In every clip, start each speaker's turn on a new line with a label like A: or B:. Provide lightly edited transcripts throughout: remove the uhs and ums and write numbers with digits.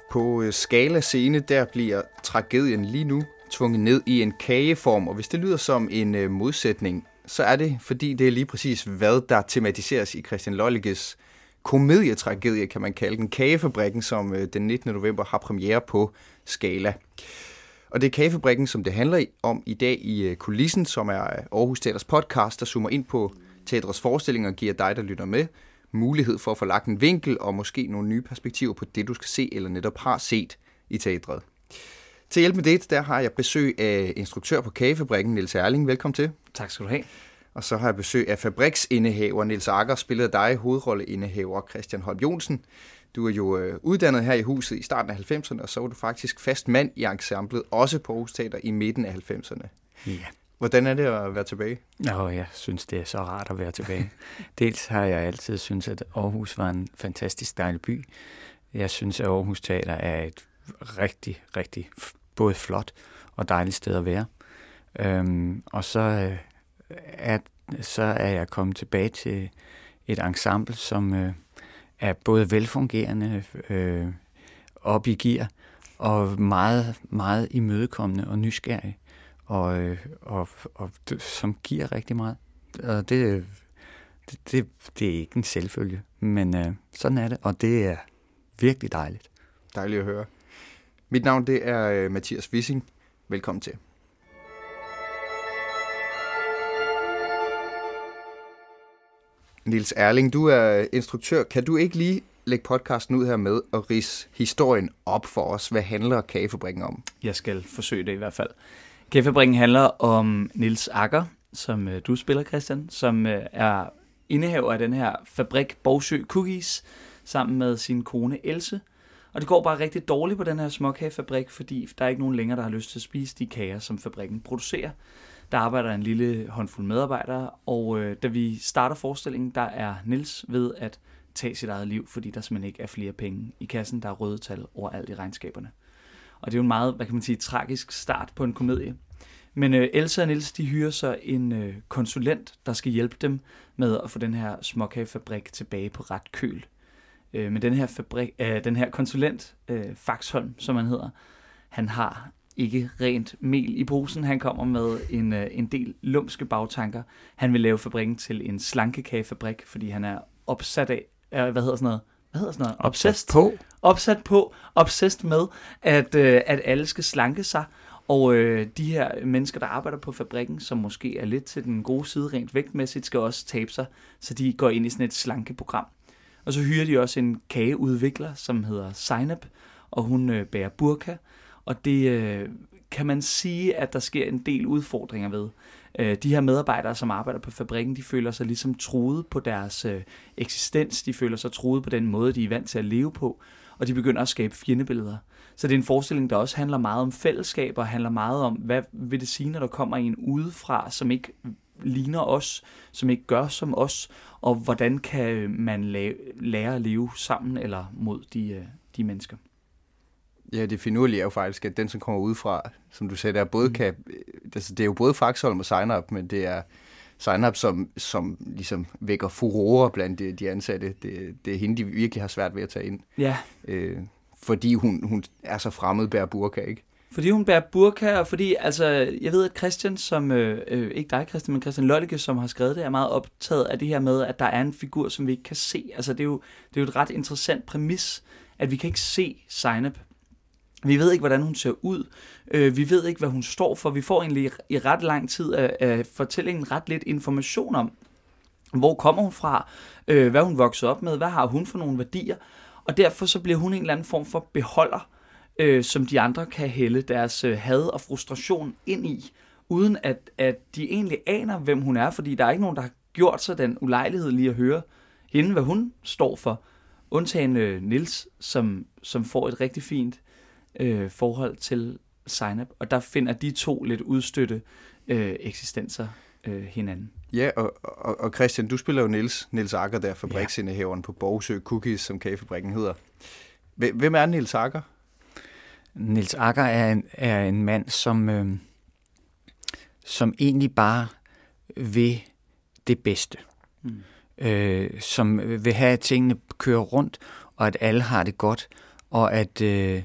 A: På Scala Scene, der bliver tragedien lige nu tvunget ned i en kageform, og hvis det lyder som en modsætning, så er det, fordi det er lige præcis, hvad der tematiseres i Christian Lolleges komedietragedie, kan man kalde den, Kagefabrikken, som den 19. november har premiere på Scala. Og det er Kagefabrikken, som det handler om i dag i Kulissen, som er Aarhus Teaters podcast, der zoomer ind på teatrets forestillinger og giver dig, der lytter med, mulighed for at få lagt en vinkel og måske nogle nye perspektiver på det, du skal se eller netop har set i teatret. Til hjælp med det, der har jeg besøg af instruktør på Kagefabrikken, Niels Erling. Velkommen til.
B: Tak skal du have.
A: Og så har jeg besøg af fabriksindehaver Niels Agger, spillet af dig, hovedrolleindehaver Christian Holm Johnsen. Du er jo uddannet her i huset i starten af 90'erne, og så var du faktisk fast mand i ensemblet, også på Aarhus Teater i midten af 90'erne.
B: Ja.
A: Hvordan er det at være tilbage?
B: Jeg synes, det er så rart at være tilbage. Dels har jeg altid syntes, at Aarhus var en fantastisk dejlig by. Jeg synes, at Aarhus Teater er et rigtig, rigtig både flot og dejligt sted at være. Og så er jeg kommet tilbage til et ensemble, som er både velfungerende, op i gear, og meget, meget imødekommende og nysgerrig, og som giver rigtig meget. Og det er ikke en selvfølge, men sådan er det, og det er virkelig dejligt.
A: Dejligt at høre. Mit navn det er Mathias Wissing. Velkommen til. Niels Erling, du er instruktør. Kan du ikke lige lægge podcasten ud her med og ridse historien op for os? Hvad handler Kagefabrikken om?
B: Jeg skal forsøge det i hvert fald. Kagefabrikken handler om Niels Agger, som du spiller, Christian, som er indehaver af den her fabrik Borgsø Cookies, sammen med sin kone Else. Og det går bare rigtig dårligt på den her småkagefabrik, fordi der er ikke nogen længere, der har lyst til at spise de kager, som fabrikken producerer. Der arbejder en lille håndfuld medarbejdere, og da vi starter forestillingen, der er Niels ved at tage sit eget liv, fordi der simpelthen ikke er flere penge i kassen. Der er røde tal overalt i regnskaberne. Og det er jo en meget, tragisk start på en komedie. Men Else og Niels, de hyrer så en konsulent, der skal hjælpe dem med at få den her småkagefabrik tilbage på ret køl. Men den her konsulent, Faxholm, som han hedder, han har ikke rent mel i posen. Han kommer med en del lumske bagtanker. Han vil lave fabrikken til en slankekagefabrik, fordi han er opsat af, obsessed med, at alle skal slanke sig. Og de her mennesker, der arbejder på fabrikken, som måske er lidt til den gode side rent vægtmæssigt, skal også tabe sig, så de går ind i sådan et slankeprogram. Og så hyrer de også en kageudvikler, som hedder Zainab, og hun bærer burka. Og det kan man sige, at der sker en del udfordringer ved. De her medarbejdere, som arbejder på fabrikken, de føler sig ligesom truet på deres eksistens. De føler sig truet på den måde, de er vant til at leve på. Og de begynder at skabe fjendebilleder. Så det er en forestilling, der også handler meget om fællesskab, og handler meget om, hvad vil det sige, når der kommer en udefra, som ikke ligner os, som ikke gør som os, og hvordan kan man lære at leve sammen eller mod de mennesker.
A: Ja, det finurlige er jo faktisk, at den, som kommer udefra, som du sagde, der både kan, altså det er jo både Faxholm og Zainab, men det er Zainab, som ligesom vækker furore blandt de ansatte. Det er hende, de virkelig har svært ved at tage ind.
B: Ja.
A: Fordi hun er så fremmed, bærer burka, ikke?
B: Fordi hun bærer burka, og fordi, altså, jeg ved, at Christian, som, ikke dig Christian, men Christian Lollege, som har skrevet det, er meget optaget af det her med, at der er en figur, som vi ikke kan se. Altså, det er jo et ret interessant præmis, at vi kan ikke se Zainab. Vi ved ikke, hvordan hun ser ud. Vi ved ikke, hvad hun står for. Vi får egentlig i ret lang tid af fortællingen ret lidt information om, hvor kommer hun fra, hvad hun voksede op med, hvad har hun for nogle værdier. Og derfor så bliver hun en eller anden form for beholder, som de andre kan hælde deres had og frustration ind i, uden at de egentlig aner, hvem hun er, fordi der er ikke nogen, der har gjort sig den ulejlighed lige at høre hende, hvad hun står for. Undtagen Niels, som får et rigtig fint forhold til Zainab, og der finder de to lidt udstøtte eksistenser hinanden.
A: Ja, og Christian, du spiller jo Niels Agger, der fabriksindehaveren på Borgsø Cookies, som kagefabrikken hedder. Hvem er Niels Agger?
B: Niels Agger er en mand, som egentlig bare vil det bedste. Som vil have, at tingene kører rundt, og at alle har det godt,
C: og at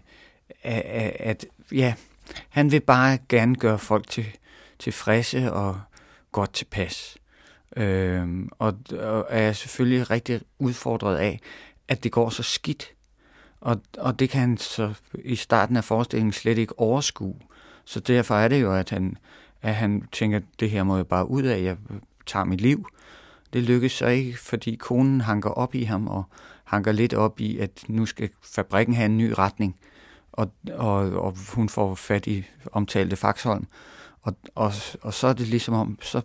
C: ja, han vil bare gerne gøre folk tilfredse og godt tilpas. Og er selvfølgelig rigtig udfordret af, at det går så skidt. Og det kan han så i starten af forestillingen slet ikke overskue. Så derfor er det jo, at han tænker, det her må jeg bare ud af, jeg tager mit liv. Det lykkes så ikke, fordi konen hanker op i ham, og hanker lidt op i, at nu skal fabrikken have en ny retning. Og hun får fat i omtalte Faxholm. Og så er det ligesom om, så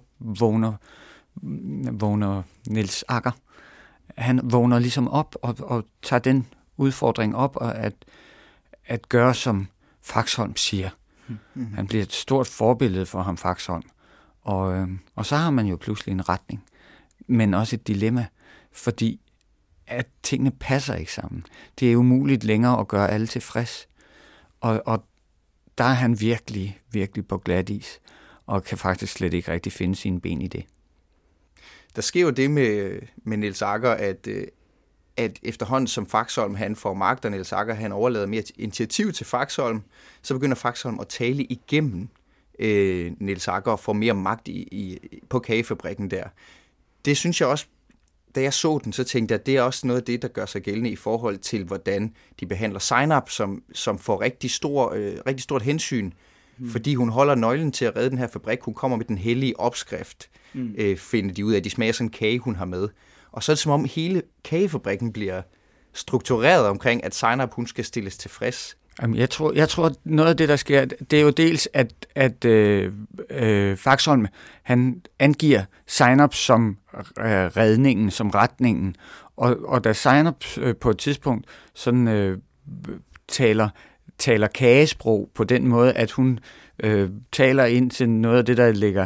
C: vågner Niels Agger. Han vågner ligesom op og tager den udfordring op, og at gøre, som Faxholm siger. Mm-hmm. Han bliver et stort forbillede for ham, Faxholm. Og så har man jo pludselig en retning, men også et dilemma, fordi at tingene passer ikke sammen. Det er umuligt længere at gøre alle tilfreds. Og der er han virkelig, virkelig på glat is, og kan faktisk slet ikke rigtig finde sine ben i det.
A: Der sker jo det med Niels Agger, at efterhånden som Faxholm han får magt, og Niels Agger han overlader mere initiativ til Faxholm, så begynder Faxholm at tale igennem Niels Agger og får mere magt på kagefabrikken der. Det synes jeg også, da jeg så den, så tænkte jeg, at det er også noget af det, der gør sig gældende i forhold til, hvordan de behandler Zainab, som får rigtig stort hensyn, fordi hun holder nøglen til at redde den her fabrik. Hun kommer med den hellige opskrift, finder de ud af. De smager sådan en kage, hun har med. Og så er det som om hele kagefabrikken bliver struktureret omkring, at Zainab, hun skal stilles tilfreds.
C: Jeg tror noget af det, der sker, det er jo dels, at Faxholm, han angiver Zainab som redningen, som retningen. Og da Zainab på et tidspunkt sådan taler kagesprog på den måde, at hun taler ind til noget af det, der ligger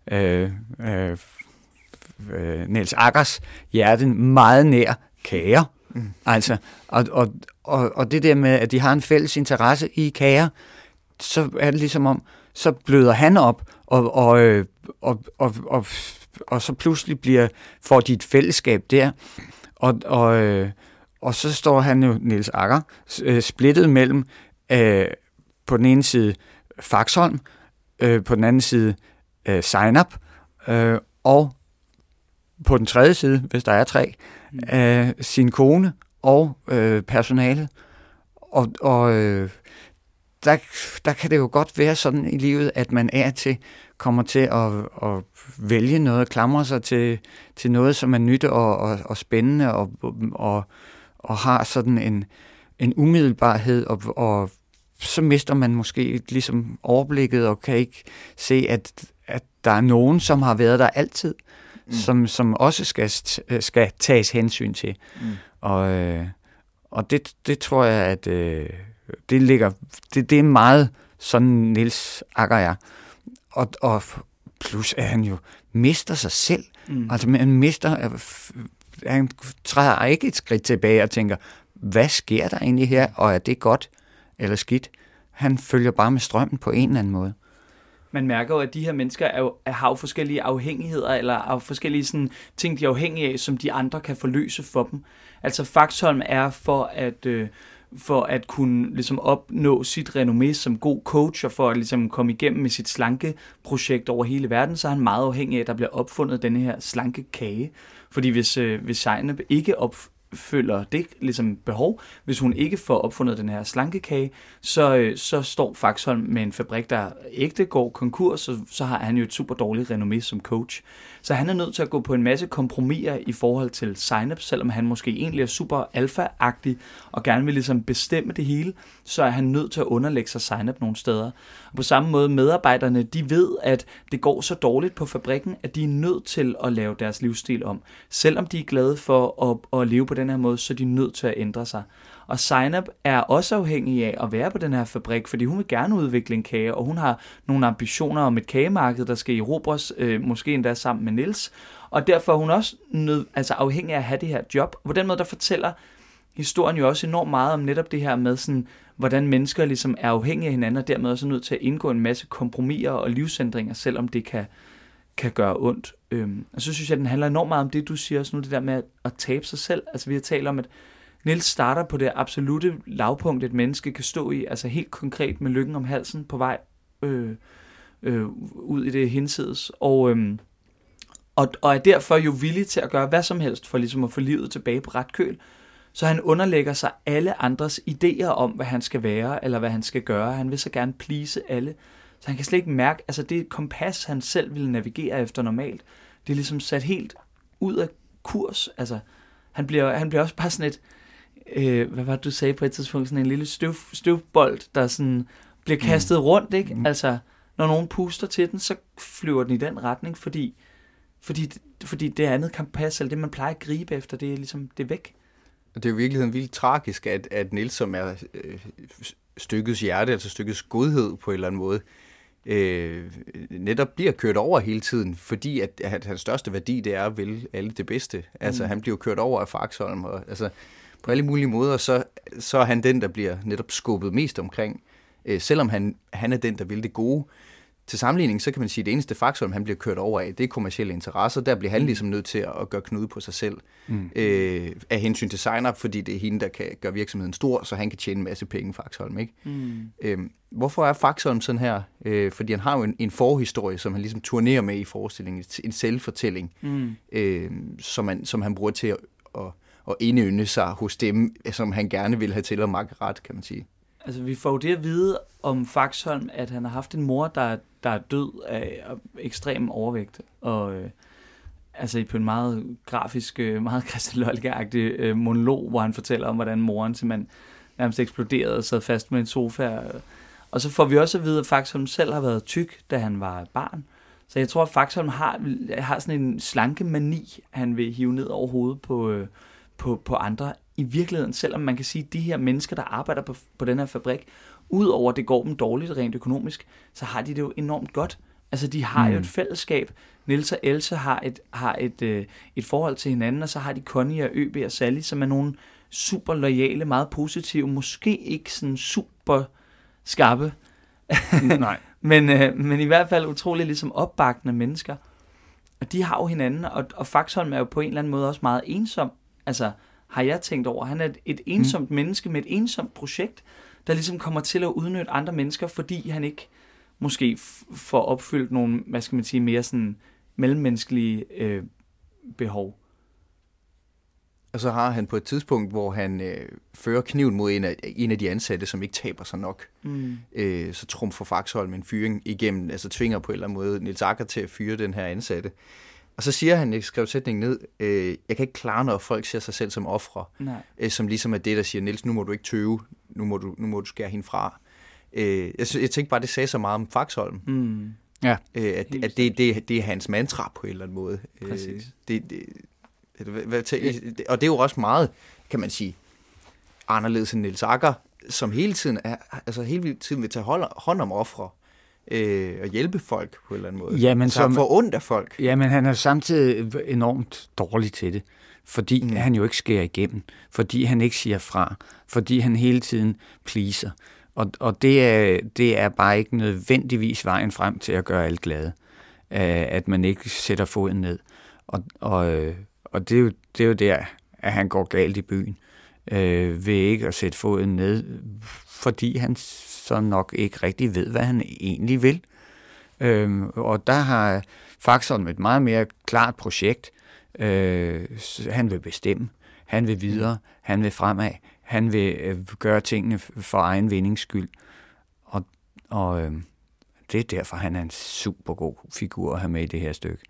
C: Niels Aggers hjerte meget nær kager. Altså, og det der med, at de har en fælles interesse i kager, så er det ligesom om, så bløder han op, og så pludselig får de et fællesskab der, og så står han jo, Niels Agger, splittet mellem på den ene side Faxholm, på den anden side Zainab, og på den tredje side, hvis der er tre, sin kone og personalet. Og der kan det jo godt være sådan i livet, at man kommer til at vælge noget, klamre sig til noget, som er nyt og spændende, og har sådan en umiddelbarhed, og så mister man måske ligesom overblikket, og kan ikke se, at der er nogen, som har været der altid, som også skal tages hensyn til. Og det tror jeg, at det er meget sådan Niels Agger er. Og plus at han jo mister sig selv. Altså han træder ikke et skridt tilbage og tænker, hvad sker der egentlig her, og er det godt eller skidt? Han følger bare med strømmen på en eller anden måde.
B: Man mærker jo, at de her mennesker har jo forskellige afhængigheder, eller af forskellige sådan, ting, de er afhængige af, som de andre kan forløse for dem. Altså Faxholm er for at kunne ligesom opnå sit renommé som god coach, og for at ligesom komme igennem med sit slankeprojekt over hele verden, så er han meget afhængig af, at der bliver opfundet denne her slanke kage. Fordi hvis Zainab ikke opfylder det ligesom behov, hvis hun ikke får opfundet den her slankekage, så står Faxholm med en fabrik, der ægte går konkurs, så har han jo et super dårligt renommé som coach. Så han er nødt til at gå på en masse kompromiser i forhold til Zainab, selvom han måske egentlig er super alfa-agtig og gerne vil ligesom bestemme det hele, så er han nødt til at underlægge sig Zainab nogle steder. Og på samme måde medarbejderne, de ved, at det går så dårligt på fabrikken, at de er nødt til at lave deres livsstil om. Selvom de er glade for at leve på den her måde, så er de nødt til at ændre sig. Og Zainab er også afhængig af at være på den her fabrik, fordi hun vil gerne udvikle en kage, og hun har nogle ambitioner om et kagemarked, der skal erobres, måske endda sammen med Niels. Og derfor er hun også afhængig af at have det her job. Og på den måde, der fortæller historien jo også enormt meget om netop det her med, sådan, hvordan mennesker ligesom er afhængige af hinanden, og dermed også nødt til at indgå en masse kompromiser og livsændringer, selvom det kan gøre ondt. Og så synes jeg, at den handler enormt meget om det, du siger også nu, det der med at tabe sig selv. Altså vi har talt om, at Niels starter på det absolute lavpunkt, et menneske kan stå i, altså helt konkret med lykken om halsen på vej ud i det hinsides, og er derfor jo villig til at gøre hvad som helst for ligesom at få livet tilbage på ret køl. Så han underlægger sig alle andres idéer om, hvad han skal være, eller hvad han skal gøre. Han vil så gerne please alle. Så han kan slet ikke mærke, altså det kompas, han selv ville navigere efter normalt, det er ligesom sat helt ud af kurs. Altså, han bliver også bare sådan et, hvad var det, du sagde på et tidspunkt, sådan en lille støvbold, der sådan bliver kastet rundt, ikke? Altså, når nogen puster til den, så flyver den i den retning, fordi det andet kompas, eller det man plejer at gribe efter, det er ligesom, det er væk.
A: Og det er jo i virkeligheden vildt tragisk, at Niels, som er stykkets hjerte, altså stykkets godhed på en eller anden måde, netop bliver kørt over hele tiden, fordi at hans største værdi, det er at ville alle det bedste. Altså, han bliver kørt over af Faxholm, og altså, på alle mulige måder, så er han den, der bliver netop skubbet mest omkring, selvom han er den, der vil det gode. Til sammenligning, så kan man sige, at det eneste Faxholm, han bliver kørt over af, det er kommercielle interesser. Der bliver han ligesom nødt til at gøre knude på sig selv af hensyn til sign-up, fordi det er hende, der kan gøre virksomheden stor, så han kan tjene en masse penge, Faxholm, ikke? Hvorfor er Faxholm sådan her? Fordi han har jo en forhistorie, som han ligesom turnerer med i forestillingen, en selvfortælling, som han bruger til at indynde sig hos dem, som han gerne vil have til at makke ret, kan man sige.
B: Altså, vi får jo det at vide om Faxholm, at han har haft en mor, der er død af ekstrem overvægt, og altså på en meget grafisk, meget Christian Lolke-agtig monolog, hvor han fortæller om, hvordan moren simpelthen nærmest eksploderede og sad fast med en sofa. Og så får vi også at vide, at Faxholm selv har været tyk, da han var barn. Så jeg tror, at Faxholm har sådan en slankemani, han vil hive ned over hovedet på andre. I virkeligheden, selvom man kan sige, at de her mennesker, der arbejder på den her fabrik, udover at det går dem dårligt rent økonomisk, så har de det jo enormt godt. Altså, de har jo et fællesskab. Niels og Else har et forhold til hinanden, og så har de Connie og ØB og Sally, som er nogle super loyale, meget positive, måske ikke sådan super skarpe,
C: Nej.
B: men i hvert fald utrolig ligesom opbakkende mennesker. Og de har jo hinanden, og Faxholm er jo på en eller anden måde også meget ensom. Altså, har jeg tænkt over. Han er et ensomt menneske med et ensomt projekt, der ligesom kommer til at udnytte andre mennesker, fordi han ikke måske får opfyldt nogle, hvad skal man sige, mere sådan mellemmenneskelige behov.
A: Og så har han på et tidspunkt, hvor han fører kniven mod en af de ansatte, som ikke taber sig nok. Så trumfer Faxholm en fyring igennem, altså tvinger på en eller anden måde Niels Agger til at fyre den her ansatte. Og så siger han, jeg skrev sætningen ned, jeg kan ikke klare, når folk ser sig selv som ofre, som ligesom er det, der siger, Niels, nu må du ikke tøve, nu må du skære hende fra. Jeg tænkte bare, det sagde så meget om Faxholm.
C: Ja.
A: At det er hans mantra på en eller anden måde.
B: Præcis.
A: Og det er jo også meget, kan man sige, anderledes end Niels Agger, som hele tiden vil tage hånd om ofre. Og hjælpe folk på en eller anden måde.
C: Jamen,
A: så han får ondt af folk.
C: Jamen, han er samtidig enormt dårlig til det, fordi han jo ikke skærer igennem, fordi han ikke siger fra, fordi han hele tiden pleaser. Og det er bare ikke nødvendigvis vejen frem til at gøre alle glade, at man ikke sætter foden ned. Og det er jo der, at han går galt i byen, ved ikke at sætte foden ned, fordi han så nok ikke rigtig ved, hvad han egentlig vil. Og der har Faxholm et meget mere klart projekt. Han vil bestemme, han vil videre, han vil fremad, han vil gøre tingene for egen vindings skyld. Og det er derfor, han er en super god figur at have med i det her stykke.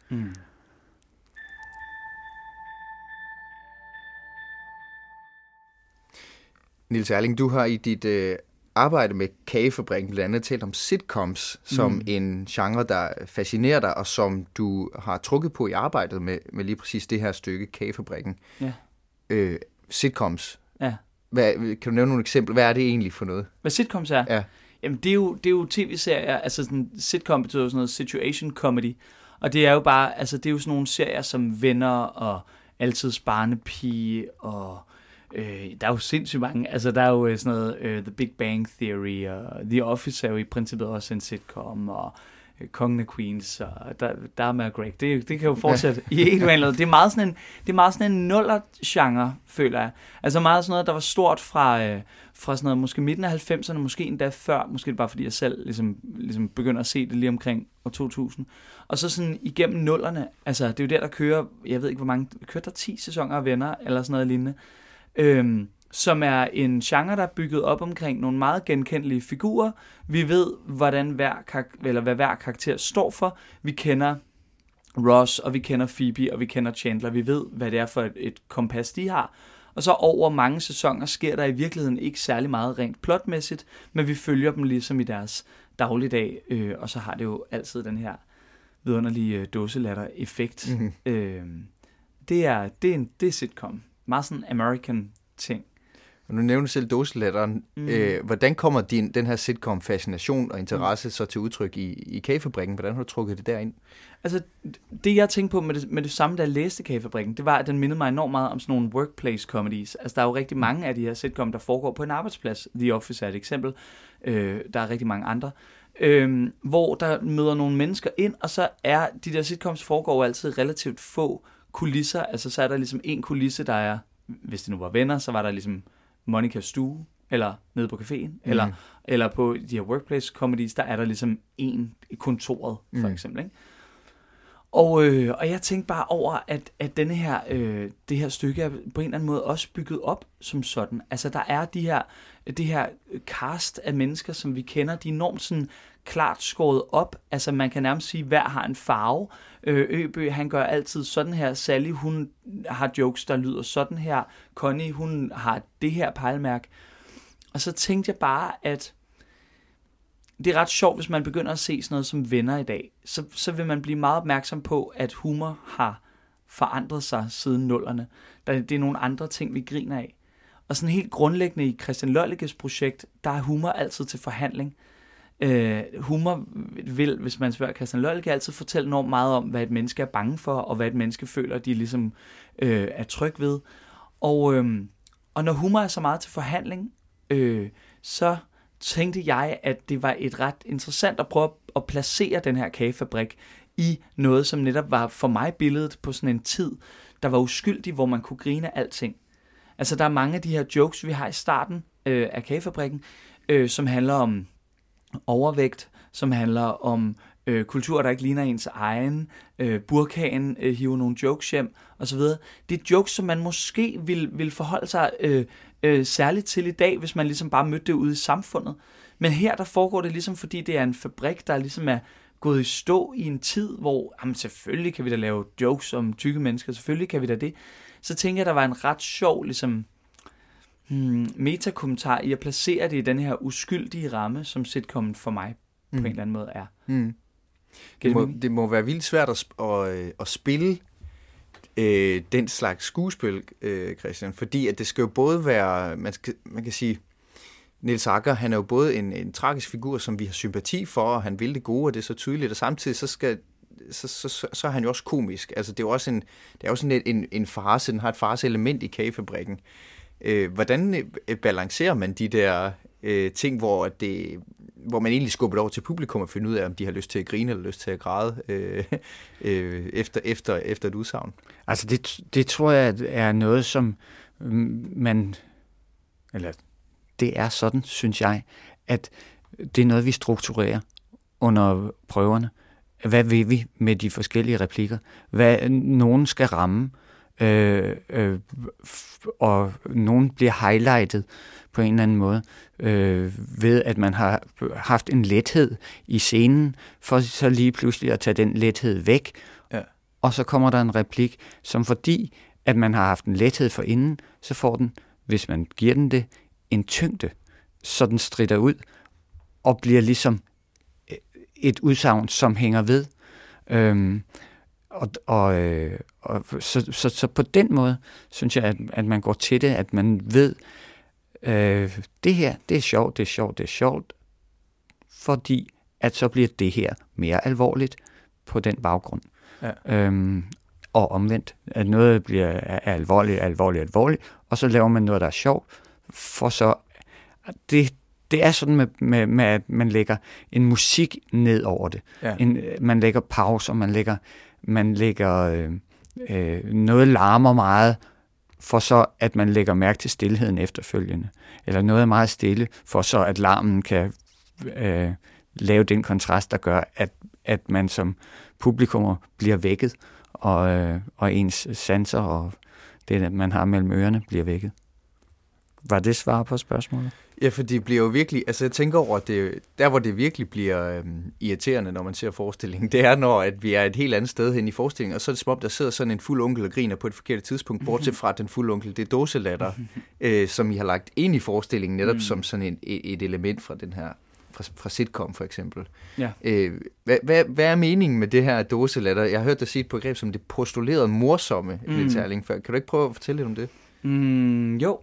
A: Niels Erling, du har i dit arbejde med Kagefabrikken blandt andet talt om sitcoms som en genre, der fascinerer dig, og som du har trukket på i arbejdet med lige præcis det her stykke, Kagefabrikken.
B: Ja.
A: Sitcoms.
B: Ja.
A: Kan du nævne nogle eksempler? Hvad er det egentlig for noget?
B: Hvad sitcoms er?
A: Ja.
B: Jamen, det er jo tv-serier, altså sådan, sitcom betyder sådan noget situation comedy, og det er jo bare, altså det er jo sådan nogle serier som Venner og Altids Barnepige og der er jo sindssygt mange, altså der er jo sådan noget The Big Bang Theory og The Office er jo i princippet også en sitcom, og Kongen af Queens, og der er med Greg. Det kan jo fortsætte i et eller andet. Det er meget sådan en nuller-genre, føler jeg. Altså meget sådan noget, der var stort fra sådan noget, måske midten af 90'erne, måske endda før, måske bare fordi jeg selv ligesom begynder at se det lige omkring år 2000. Og så sådan igennem nullerne, altså det er jo der kører, jeg ved ikke hvor mange, kører der 10 sæsoner af Venner, eller sådan noget lignende. Som er en genre, der er bygget op omkring nogle meget genkendelige figurer. Vi ved, hvad hver karakter står for. Vi kender Ross, og vi kender Phoebe, og vi kender Chandler. Vi ved, hvad det er for et kompas, de har. Og så over mange sæsoner sker der i virkeligheden ikke særlig meget rent plotmæssigt, men vi følger dem ligesom i deres dagligdag, og så har det jo altid den her vidunderlige dåselatter-effekt. Mm-hmm. Det er sitcom. Meget sådan American ting.
A: Og nu nævner du selv dåselatteren. Hvordan kommer den her sitcom-fascination og interesse så til udtryk i Kagefabrikken? Hvordan har du trukket det derind?
B: Altså, det jeg tænkte på med det samme, da jeg læste Kagefabrikken, det var, at den mindede mig enormt meget om sådan nogle workplace comedies. Altså, der er jo rigtig mange af de her sitcom, der foregår på en arbejdsplads. The Office er et eksempel. Der er rigtig mange andre. Hvor der møder nogle mennesker ind, og så er de der sitcoms foregår altid relativt få kulisser. Altså, så er der ligesom en kulisse, der er, hvis det nu var Venner, så var der ligesom Monikas stue, eller nede på caféen, eller på de her workplace comedies, der er der ligesom en i kontoret, for eksempel, ikke? Og jeg tænkte bare over, at denne her, det her stykke er på en eller anden måde også bygget op som sådan. Altså, der er det her cast af mennesker, som vi kender, de er enormt sådan klart skåret op. Altså, man kan nærmest sige, hver har en farve. Øbø, han gør altid sådan her. Sally, hun har jokes, der lyder sådan her. Connie, hun har det her pejlemærke. Og så tænkte jeg bare, at det er ret sjovt, hvis man begynder at se sådan noget som Venner i dag. Så vil man blive meget opmærksom på, at humor har forandret sig siden nullerne. Det er nogle andre ting, vi griner af. Og sådan helt grundlæggende i Christian Lolleges projekt, der er humor altid til forhandling. Humor vil, hvis man spørger Christian Lollike, altid fortælle enormt meget om, hvad et menneske er bange for, og hvad et menneske føler, de ligesom er tryg ved. Og når humor er så meget til forhandling, så tænkte jeg, at det var et ret interessant at prøve at placere den her kagefabrik i noget, som netop var for mig billedet på sådan en tid, der var uskyldig, hvor man kunne grine af alting. Altså, der er mange af de her jokes, vi har i starten af Kagefabrikken, som handler om overvægt, som handler om kultur, der ikke ligner ens egen, burkaen hiver nogle jokes hjem, osv. Det er jokes, som man måske vil forholde sig særligt til i dag, hvis man ligesom bare mødte det ude i samfundet. Men her, der foregår det ligesom, fordi det er en fabrik, der ligesom er gået i stå i en tid, hvor jamen, selvfølgelig kan vi da lave jokes om tykke mennesker, selvfølgelig kan vi da det. Så tænker jeg, der var en ret sjov ligesom metakommentar i at placere det i den her uskyldige ramme, som sitcomen for mig på en eller anden måde er.
A: Det må være vildt svært at spille den slags skuespil, Christian, fordi at det skal jo både være, man kan sige, Niels Agger, han er jo både en tragisk figur, som vi har sympati for, og han vil det gode, og det er så tydeligt, og samtidig så er han jo også komisk. Altså, det er jo også en farce, den har et farce-element i Kagefabrikken. Hvordan balancerer man de der ting, hvor man egentlig skubber over til publikum og finder ud af, om de har lyst til at grine eller lyst til at græde efter et udsagn?
C: Altså, det tror jeg er noget, som det er sådan, synes jeg, at det er noget, vi strukturerer under prøverne. Hvad vil vi med de forskellige replikker? Hvad nogen skal ramme, og nogen bliver highlightet på en eller anden måde, ved at man har haft en lethed i scenen, for så lige pludselig at tage den lethed væk, og så kommer der en replik, som fordi, at man har haft en lethed for inden, så får den, hvis man giver den det, en tyngde, så den stritter ud, og bliver ligesom et udsagn, som hænger ved. Så på den måde, synes jeg, at man går til det, at man ved, det her, det er sjovt, fordi at så bliver det her mere alvorligt på den baggrund. Ja. Og omvendt, at noget bliver alvorligt, og så laver man noget, der er sjovt, for så, det det er sådan med, at man lægger en musik ned over det.
A: Ja.
C: Man lægger pauser, man lægger noget larmer meget, for så at man lægger mærke til stilheden efterfølgende. Eller noget er meget stille, for så at larmen kan lave den kontrast, der gør, at man som publikum bliver vækket, og ens sanser og det, man har mellem ørerne, bliver vækket. Var det svar på spørgsmålet?
A: Ja, for det bliver jo virkelig, altså jeg tænker over, at der hvor det virkelig bliver irriterende, når man ser forestillingen, det er, når at vi er et helt andet sted hen i forestillingen, og så er det som om, der sidder sådan en fuld onkel og griner på et forkert tidspunkt, bortset fra den fulde onkel, det er dåselatter, som I har lagt ind i forestillingen, netop som sådan et element fra den her, fra sitcom for eksempel. Ja. Hvad er meningen med det her dåselatter? Jeg har hørt dig sige et begreb som det postulerede morsomme, Niels Erling. Kan du ikke prøve at fortælle lidt om det?
B: Jo.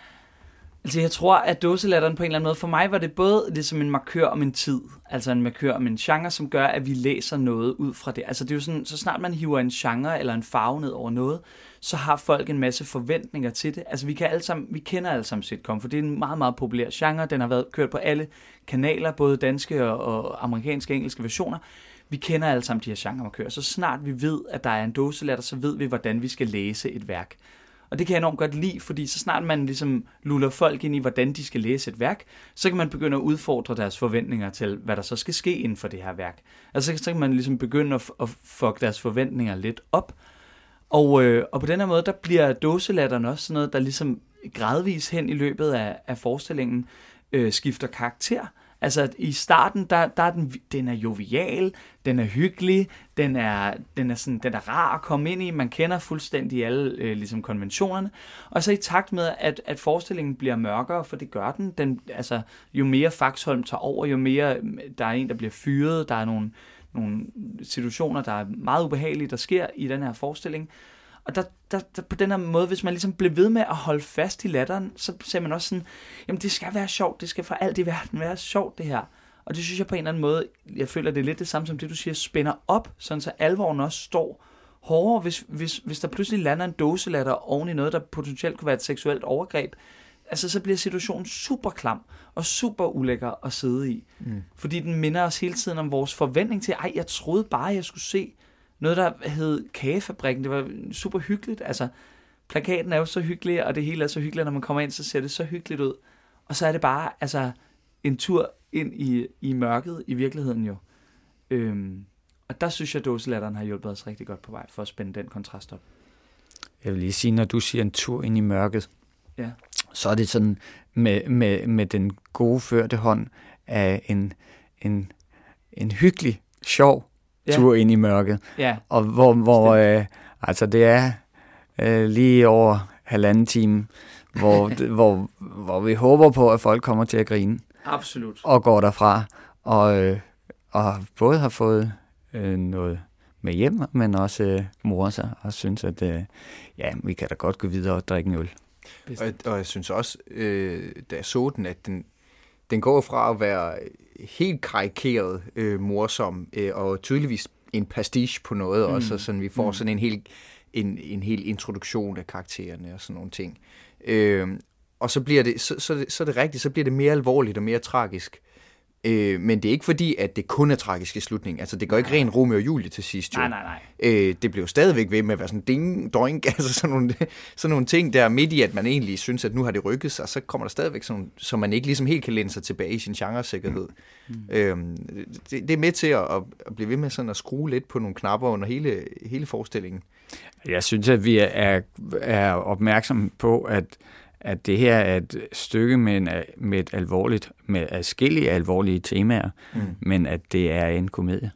B: Altså jeg tror, at dåselatteren på en eller anden måde, for mig var det både ligesom en markør om en tid, altså en markør om en genre, som gør, at vi læser noget ud fra det. Altså det er jo sådan, så snart man hiver en genre eller en farve ned over noget, så har folk en masse forventninger til det. Altså vi kender alle sammen sitcom, for det er en meget, meget populær genre. Den har været kørt på alle kanaler, både danske og amerikanske og engelske versioner. Vi kender alle sammen de her genremarkører. Så snart vi ved, at der er en dåselatter, så ved vi, hvordan vi skal læse et værk. Og det kan jeg enormt godt lide, fordi så snart man ligesom luller folk ind i, hvordan de skal læse et værk, så kan man begynde at udfordre deres forventninger til, hvad der så skal ske inden for det her værk. Altså så kan man ligesom begynde at fuck deres forventninger lidt op. Og på den her måde, der bliver dåselatteren også sådan noget, der ligesom gradvis hen i løbet af forestillingen skifter karakter. Altså i starten, der er den er jovial, den er hyggelig, den er rar at komme ind i, man kender fuldstændig alle ligesom konventionerne. Og så i takt med, at forestillingen bliver mørkere, for det gør den altså jo mere Faxholm tager over, jo mere der er en, der bliver fyret, der er nogle situationer, der er meget ubehagelige, der sker i den her forestilling. Og der på den her måde, hvis man ligesom bliver ved med at holde fast i latteren, så ser man også sådan, jamen det skal være sjovt, det skal for alt i verden være sjovt det her. Og det synes jeg på en eller anden måde, jeg føler det er lidt det samme som det du siger, spænder op, sådan så alvoren også står hårdere, hvis der pludselig lander en dåselatter oven i noget, der potentielt kunne være et seksuelt overgreb. Altså så bliver situationen super klam og super ulækker at sidde i. Fordi den minder os hele tiden om vores forventning til, jeg troede bare, jeg skulle se noget, der hed Kagefabrikken. Det var super hyggeligt. Altså, plakaten er jo så hyggelig, og det hele er så hyggeligt, når man kommer ind, så ser det så hyggeligt ud. Og så er det bare en tur ind i mørket i virkeligheden jo. Og der synes jeg, at dåselatteren har hjulpet os rigtig godt på vej for at spænde den kontrast op.
C: Jeg vil lige sige, når du siger en tur ind i mørket,
B: ja, så
C: er det sådan med den gode førte hånd af en hyggelig, sjov tur ind i mørket.
B: Ja.
C: Og hvor altså det er lige over 1,5 time, hvor vi håber på, at folk kommer til at grine.
B: Absolut.
C: Og går derfra. Og både har fået noget med hjem, men også morer sig og synes, at vi kan da godt gå videre og drikke en øl.
A: Og jeg synes også, da jeg så den, at den går fra at være helt karikeret morsom, og tydeligvis en pastiche på noget også, sådan vi får sådan en hel introduktion af karaktererne og sådan nogle ting. Og så bliver det, så er det rigtigt, så bliver det mere alvorligt og mere tragisk. Men det er ikke fordi, at det kun er tragisk i slutningen. Altså, det går ikke ren Romeo og Julie til sidst, jo.
B: Nej.
A: Det bliver jo stadigvæk ved med at være sådan ding, doink, altså sådan nogle ting der midt i, at man egentlig synes, at nu har det rykket sig, så kommer der stadigvæk sådan, så man ikke ligesom helt kan læne sig tilbage i sin genresikkerhed. Det er med til at blive ved med sådan at skrue lidt på nogle knapper under hele forestillingen.
C: Jeg synes, at vi er opmærksomme på, at det her er et stykke med adskillige alvorlige temaer, men at det er en komedie.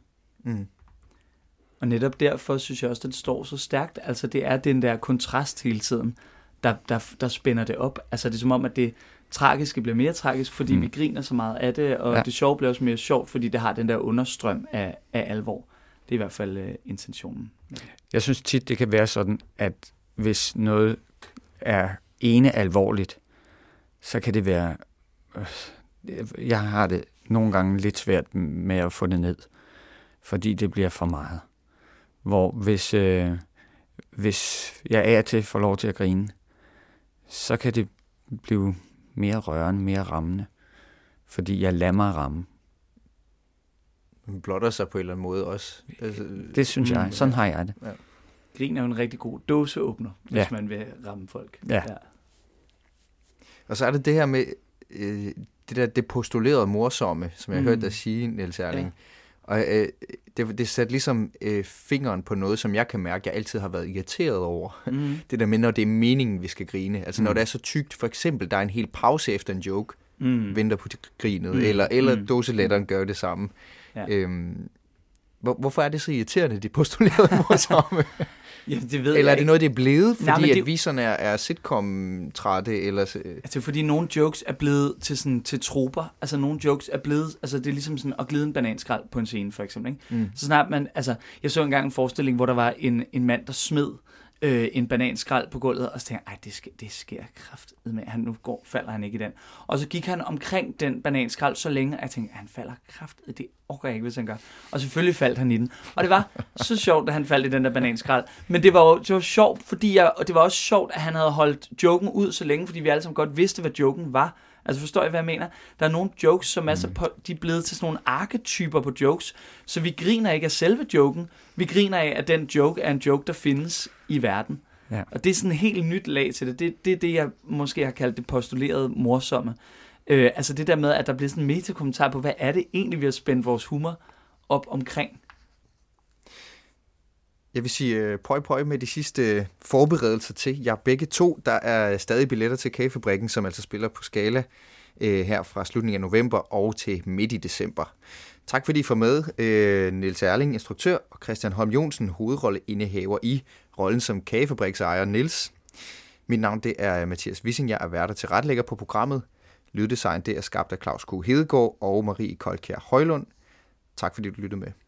B: Og netop derfor synes jeg også, at den står så stærkt. Altså det er den der kontrast hele tiden, der spænder det op. Altså det er som om, at det tragiske bliver mere tragisk, fordi vi griner så meget af det, og det sjove bliver også mere sjovt, fordi det har den der understrøm af alvor. Det er i hvert fald intentionen.
C: Jeg synes tit, det kan være sådan, at hvis noget er alvorligt, så kan det være... Jeg har det nogle gange lidt svært med at få det ned, fordi det bliver for meget. Hvor hvis jeg af og til får lov til at grine, så kan det blive mere rørende, mere rammende. fordi jeg lader mig ramme.
A: Man blotter sig på en eller anden måde også. Altså,
C: Det synes jeg. Sådan har jeg det.
A: Ja.
B: Grin er jo en rigtig god dåseåbner, hvis man vil ramme folk.
C: Ja.
A: Og så er det her med det postulerede morsomme, som jeg hørte dig sige, Niels Erling. Ja. Og det satte ligesom fingeren på noget, som jeg kan mærke, jeg altid har været irriteret over. Det der med, når det er meningen, vi skal grine. Altså når det er så tykt, for eksempel, der er en hel pause efter en joke, venter på grinet, eller dåseletteren gør det samme. Ja. Hvorfor er det så irriterende, de postulerede morsomme?
B: Ja, det ved
A: eller er det
B: ikke.
A: noget, det er blevet, fordi at vi sådan er sitcom-trætte? Eller...
B: Altså fordi nogle jokes er blevet til troper. Altså nogle jokes er blevet, altså det er ligesom sådan at glide en bananskrald på en scene, for eksempel. Ikke? Så snart man, altså jeg så engang en forestilling, hvor der var en mand, der smed en bananskrald på gulvet, og så tænkte jeg, det sker kraftedeme, falder han ikke i den. Og så gik han omkring den bananskrald så længe, at jeg tænkte, han falder kraftedeme, det orker jeg ikke, hvis han gør. Og selvfølgelig faldt han i den. Og det var så sjovt, at han faldt i den der bananskrald. Men det var sjovt, og det var også sjovt, at han havde holdt joken ud så længe, fordi vi alle sammen godt vidste, hvad joken var. Altså forstår I, hvad jeg mener? Der er nogle jokes, som er de er blevet til sådan nogle arketyper på jokes, så vi griner ikke af selve joken, vi griner af, at den joke er en joke, der findes i verden. Ja. Og det er sådan et helt nyt lag til det. Det er det, jeg måske har kaldt det postulerede morsomme. Altså det der med, at der bliver sådan en metakommentar på, hvad er det egentlig, vi har spændt vores humor op omkring.
A: Jeg vil sige pøj med de sidste forberedelser til jer begge to. Der er stadig billetter til Kagefabrikken, som altså spiller på Scala her fra slutningen af november og til midt i december. Tak fordi I får med. Niels Erling, instruktør, og Christian Holm Johnsen, hovedrolleindehaver i rollen som Kagefabriksejer Niels. Mit navn det er Mathias Wissing. Jeg er vært og tilrettelægger på programmet. Lyddesign det er skabt af Claus K. Hedegaard og Marie Koldkjær Højlund. Tak fordi du lyttede med.